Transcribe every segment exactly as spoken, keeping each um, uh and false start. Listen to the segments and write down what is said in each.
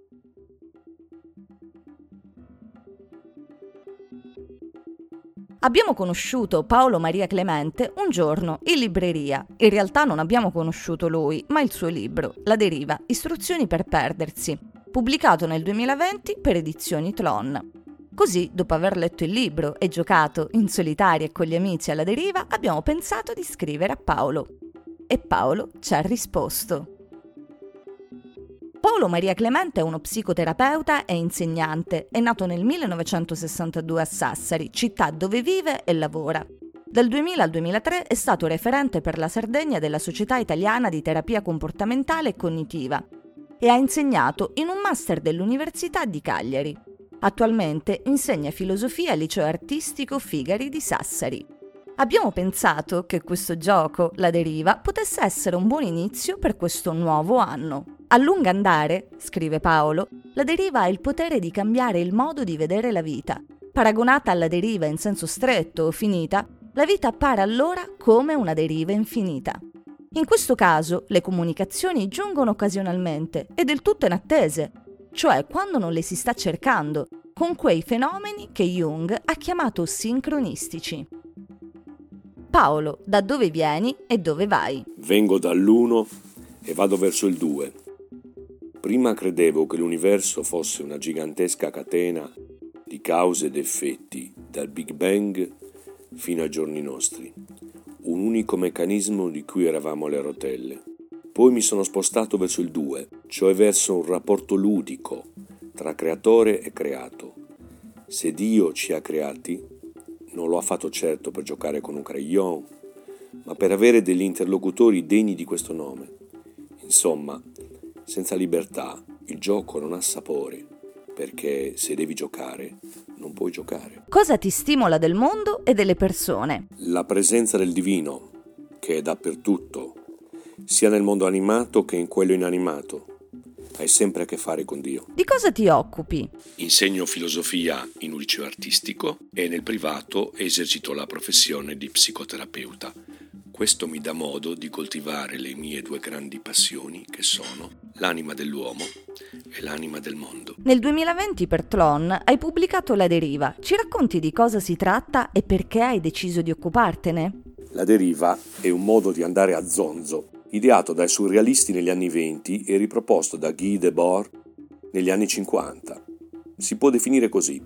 Abbiamo conosciuto Paolo Maria Clemente un giorno in libreria. In realtà non abbiamo conosciuto lui, ma il suo libro, La deriva, istruzioni per perdersi, pubblicato nel duemilaventi per Edizioni Tlon. Così, dopo aver letto il libro e giocato in solitaria e con gli amici alla deriva, abbiamo pensato di scrivere a Paolo. E Paolo ci ha risposto. Paolo Maria Clemente è uno psicoterapeuta e insegnante. È nato nel millenovecentosessantadue a Sassari, città dove vive e lavora. Dal duemila al duemilatré è stato referente per la Sardegna della Società Italiana di Terapia Comportamentale e Cognitiva e ha insegnato in un master dell'Università di Cagliari. Attualmente insegna filosofia al liceo artistico Figari di Sassari. Abbiamo pensato che questo gioco, La deriva, potesse essere un buon inizio per questo nuovo anno. A lungo andare, scrive Paolo, la deriva ha il potere di cambiare il modo di vedere la vita. Paragonata alla deriva in senso stretto o finita, la vita appare allora come una deriva infinita. In questo caso, le comunicazioni giungono occasionalmente e del tutto inattese, cioè quando non le si sta cercando, con quei fenomeni che Jung ha chiamato sincronistici. Paolo, da dove vieni e dove vai? Vengo dall'uno e vado verso il due. Prima credevo che l'universo fosse una gigantesca catena di cause ed effetti, dal Big Bang fino ai giorni nostri, un unico meccanismo di cui eravamo le rotelle. Poi mi sono spostato verso il due, cioè verso un rapporto ludico tra creatore e creato. Se Dio ci ha creati, non lo ha fatto certo per giocare con un crayon, ma per avere degli interlocutori degni di questo nome. Insomma, senza libertà il gioco non ha sapore, perché se devi giocare, non puoi giocare. Cosa ti stimola del mondo e delle persone? La presenza del divino, che è dappertutto, sia nel mondo animato che in quello inanimato. Hai sempre a che fare con Dio. Di cosa ti occupi? Insegno filosofia in un liceo artistico e nel privato esercito la professione di psicoterapeuta. Questo mi dà modo di coltivare le mie due grandi passioni, che sono l'anima dell'uomo e l'anima del mondo. Nel duemilaventi per Tlon hai pubblicato La deriva. Ci racconti di cosa si tratta e perché hai deciso di occupartene? La deriva è un modo di andare a zonzo, ideato dai surrealisti negli anni venti e riproposto da Guy Debord negli anni cinquanta. Si può definire così.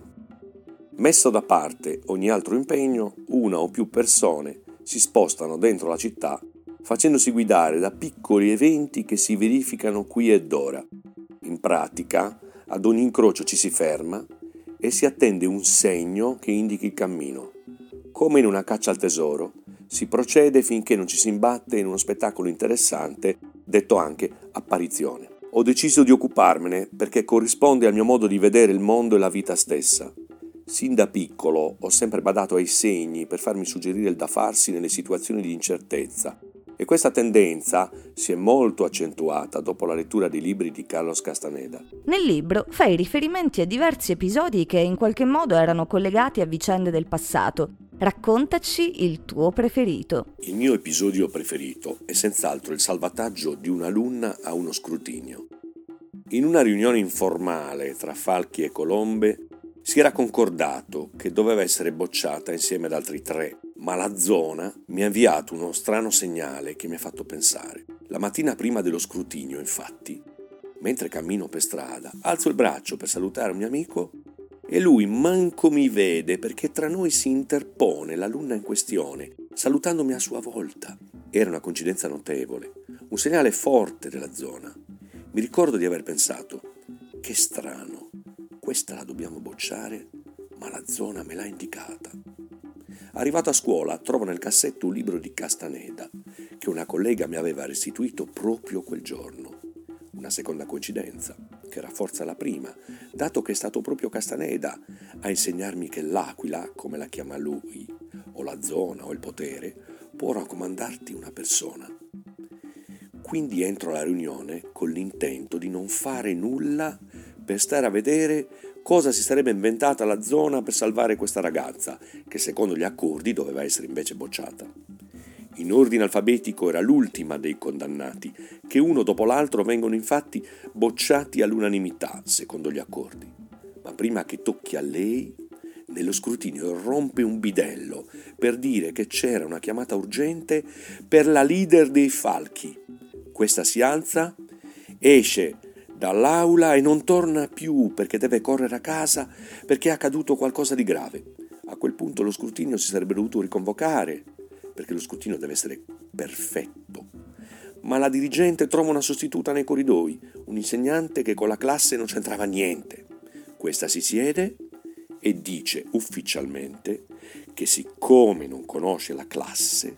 Messo da parte ogni altro impegno, una o più persone si spostano dentro la città facendosi guidare da piccoli eventi che si verificano qui ed ora. In pratica, ad ogni incrocio ci si ferma e si attende un segno che indichi il cammino. Come in una caccia al tesoro, si procede finché non ci si imbatte in uno spettacolo interessante, detto anche apparizione. Ho deciso di occuparmene perché corrisponde al mio modo di vedere il mondo e la vita stessa. Sin da piccolo ho sempre badato ai segni per farmi suggerire il da farsi nelle situazioni di incertezza e questa tendenza si è molto accentuata dopo la lettura dei libri di Carlos Castaneda. Nel libro fai riferimenti a diversi episodi che in qualche modo erano collegati a vicende del passato. Raccontaci il tuo preferito. Il mio episodio preferito è senz'altro il salvataggio di un'alunna a uno scrutinio. In una riunione informale tra falchi e colombe si era concordato che doveva essere bocciata insieme ad altri tre, ma la zona mi ha inviato uno strano segnale che mi ha fatto pensare. La mattina prima dello scrutinio, infatti, mentre cammino per strada, alzo il braccio per salutare un mio amico e lui manco mi vede perché tra noi si interpone l'alunna in questione, salutandomi a sua volta. Era una coincidenza notevole, un segnale forte della zona. Mi ricordo di aver pensato, che strano, questa la dobbiamo bocciare, ma la zona me l'ha indicata. Arrivato a scuola, trovo nel cassetto un libro di Castaneda, che una collega mi aveva restituito proprio quel giorno. Una seconda coincidenza, che rafforza la prima, dato che è stato proprio Castaneda a insegnarmi che l'aquila, come la chiama lui, o la zona o il potere, può raccomandarti una persona. Quindi entro alla riunione con l'intento di non fare nulla per stare a vedere cosa si sarebbe inventata la zona per salvare questa ragazza, che secondo gli accordi doveva essere invece bocciata. in ordine alfabetico era l'ultima dei condannati, che uno dopo l'altro vengono infatti bocciati all'unanimità, secondo gli accordi. Ma prima che tocchi a lei, nello scrutinio rompe un bidello per dire che c'era una chiamata urgente per la leader dei falchi. Questa si alza, esce dall'aula e non torna più perché deve correre a casa perché è accaduto qualcosa di grave. A quel punto lo scrutinio si sarebbe dovuto riconvocare, perché lo scrutinio deve essere perfetto. Ma la dirigente trova una sostituta nei corridoi, un insegnante che con la classe non c'entrava niente. Questa si siede e dice ufficialmente che siccome non conosce la classe,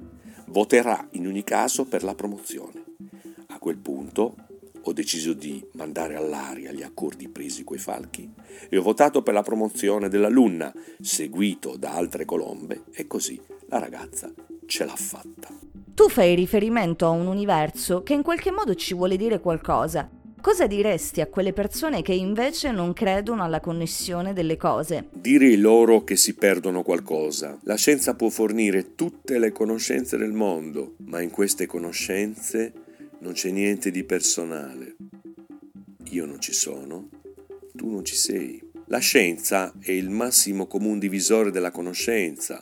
voterà in ogni caso per la promozione. A quel punto ho deciso di mandare all'aria gli accordi presi coi falchi e ho votato per la promozione dell'alunna, seguito da altre colombe, e così la ragazza ce l'ha fatta. Tu fai riferimento a un universo che in qualche modo ci vuole dire qualcosa. Cosa diresti a quelle persone che invece non credono alla connessione delle cose? Direi loro che si perdono qualcosa. La scienza può fornire tutte le conoscenze del mondo, ma in queste conoscenze non c'è niente di personale. Io non ci sono, tu non ci sei. La scienza è il massimo comune divisore della conoscenza,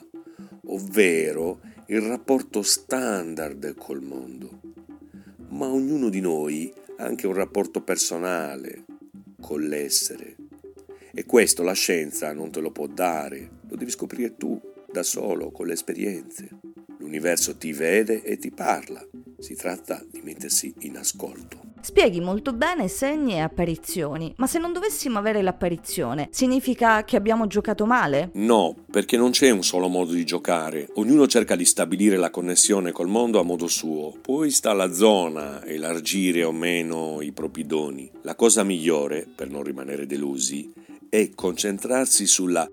ovvero il rapporto standard col mondo. Ma ognuno di noi ha anche un rapporto personale con l'essere. E questo la scienza non te lo può dare, lo devi scoprire tu, da solo, con le esperienze. L'universo ti vede e ti parla. Si tratta di mettersi in ascolto. Spieghi molto bene segni e apparizioni, ma se non dovessimo avere l'apparizione, significa che abbiamo giocato male? No, perché non c'è un solo modo di giocare. Ognuno cerca di stabilire la connessione col mondo a modo suo. Poi sta alla zona elargire o meno i propri doni. La cosa migliore, per non rimanere delusi, è concentrarsi sulla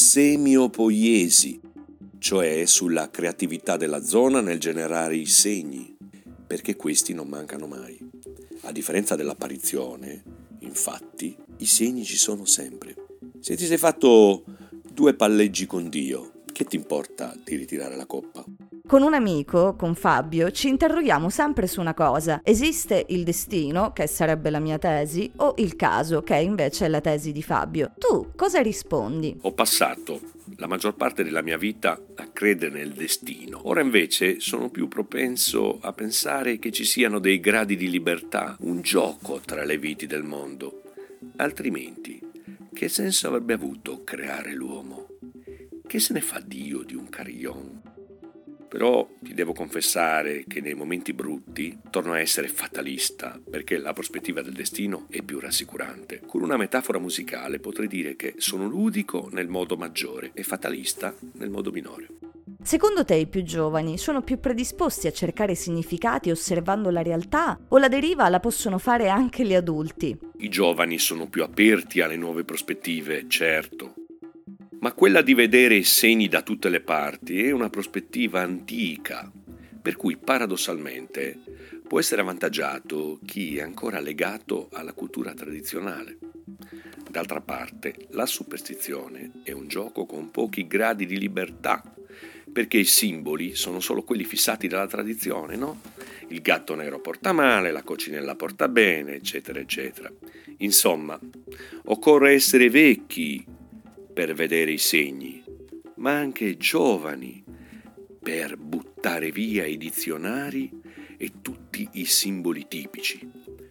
semiopoiesi, cioè sulla creatività della zona nel generare i segni, perché questi non mancano mai. A differenza dell'apparizione, infatti, i segni ci sono sempre. Se ti sei fatto due palleggi con Dio, che ti importa di ritirare la coppa? Con un amico, con Fabio, ci interroghiamo sempre su una cosa. Esiste il destino, che sarebbe la mia tesi, o il caso, che invece è la tesi di Fabio? Tu cosa rispondi? Ho passato la maggior parte della mia vita a credere nel destino. Ora invece sono più propenso a pensare che ci siano dei gradi di libertà, un gioco tra le viti del mondo. Altrimenti, che senso avrebbe avuto creare l'uomo? Che se ne fa Dio di un carillon? Però ti devo confessare che nei momenti brutti torno a essere fatalista, perché la prospettiva del destino è più rassicurante. Con una metafora musicale potrei dire che sono ludico nel modo maggiore e fatalista nel modo minore. Secondo te i più giovani sono più predisposti a cercare significati osservando la realtà, o la deriva la possono fare anche gli adulti? I giovani sono più aperti alle nuove prospettive, certo. Ma quella di vedere i segni da tutte le parti è una prospettiva antica, per cui paradossalmente può essere avvantaggiato chi è ancora legato alla cultura tradizionale. D'altra parte, la superstizione è un gioco con pochi gradi di libertà, perché i simboli sono solo quelli fissati dalla tradizione, no? Il gatto nero porta male, la coccinella porta bene, eccetera, eccetera. Insomma, occorre essere vecchi per vedere i segni, ma anche giovani per buttare via i dizionari e tutti i simboli tipici.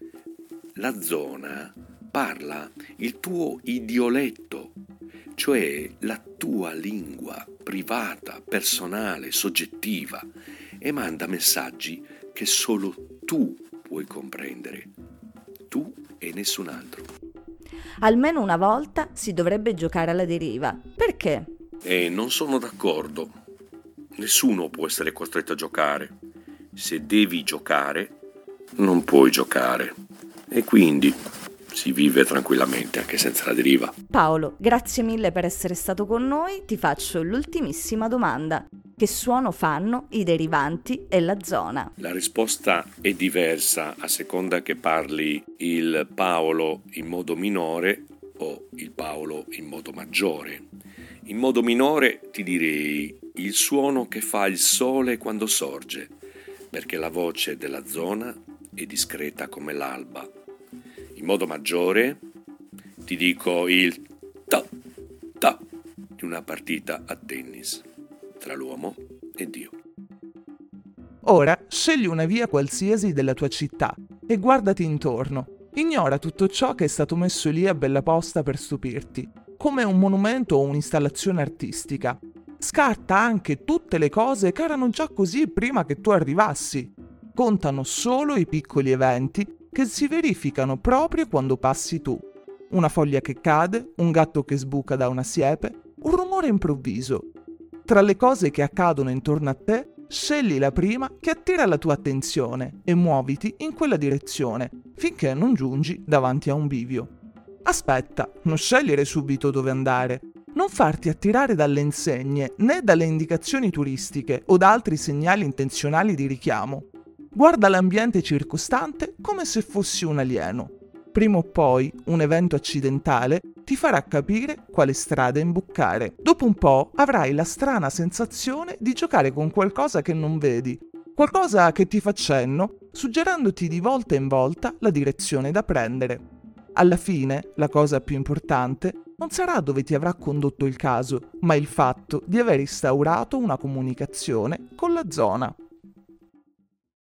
La zona parla il tuo idioletto, cioè la tua lingua privata, personale, soggettiva, e manda messaggi che solo tu puoi comprendere, tu e nessun altro. Almeno una volta si dovrebbe giocare alla deriva. Perché? E non sono d'accordo. Nessuno può essere costretto a giocare. Se devi giocare, non puoi giocare. E quindi si vive tranquillamente anche senza la deriva. Paolo, grazie mille per essere stato con noi. Ti faccio l'ultimissima domanda. Che suono fanno i derivanti e la zona? La risposta è diversa a seconda che parli il Paolo in modo minore o il Paolo in modo maggiore. In modo minore ti direi il suono che fa il sole quando sorge, perché la voce della zona è discreta come l'alba. In modo maggiore ti dico il ta ta di una partita a tennis tra l'uomo e Dio. Ora scegli una via qualsiasi della tua città e guardati intorno. Ignora tutto ciò che è stato messo lì a bella posta per stupirti, come un monumento o un'installazione artistica. Scarta anche tutte le cose che erano già così prima che tu arrivassi. Contano solo i piccoli eventi che si verificano proprio quando passi tu. Una foglia che cade, un gatto che sbuca da una siepe, un rumore improvviso. Tra le cose che accadono intorno a te, scegli la prima che attira la tua attenzione e muoviti in quella direzione finché non giungi davanti a un bivio. Aspetta, non scegliere subito dove andare. Non farti attirare dalle insegne né dalle indicazioni turistiche o da altri segnali intenzionali di richiamo. Guarda l'ambiente circostante come se fossi un alieno. Prima o poi un evento accidentale ti farà capire quale strada imboccare. Dopo un po' avrai la strana sensazione di giocare con qualcosa che non vedi, qualcosa che ti fa cenno, suggerendoti di volta in volta la direzione da prendere. Alla fine, la cosa più importante non sarà dove ti avrà condotto il caso, ma il fatto di aver instaurato una comunicazione con la zona.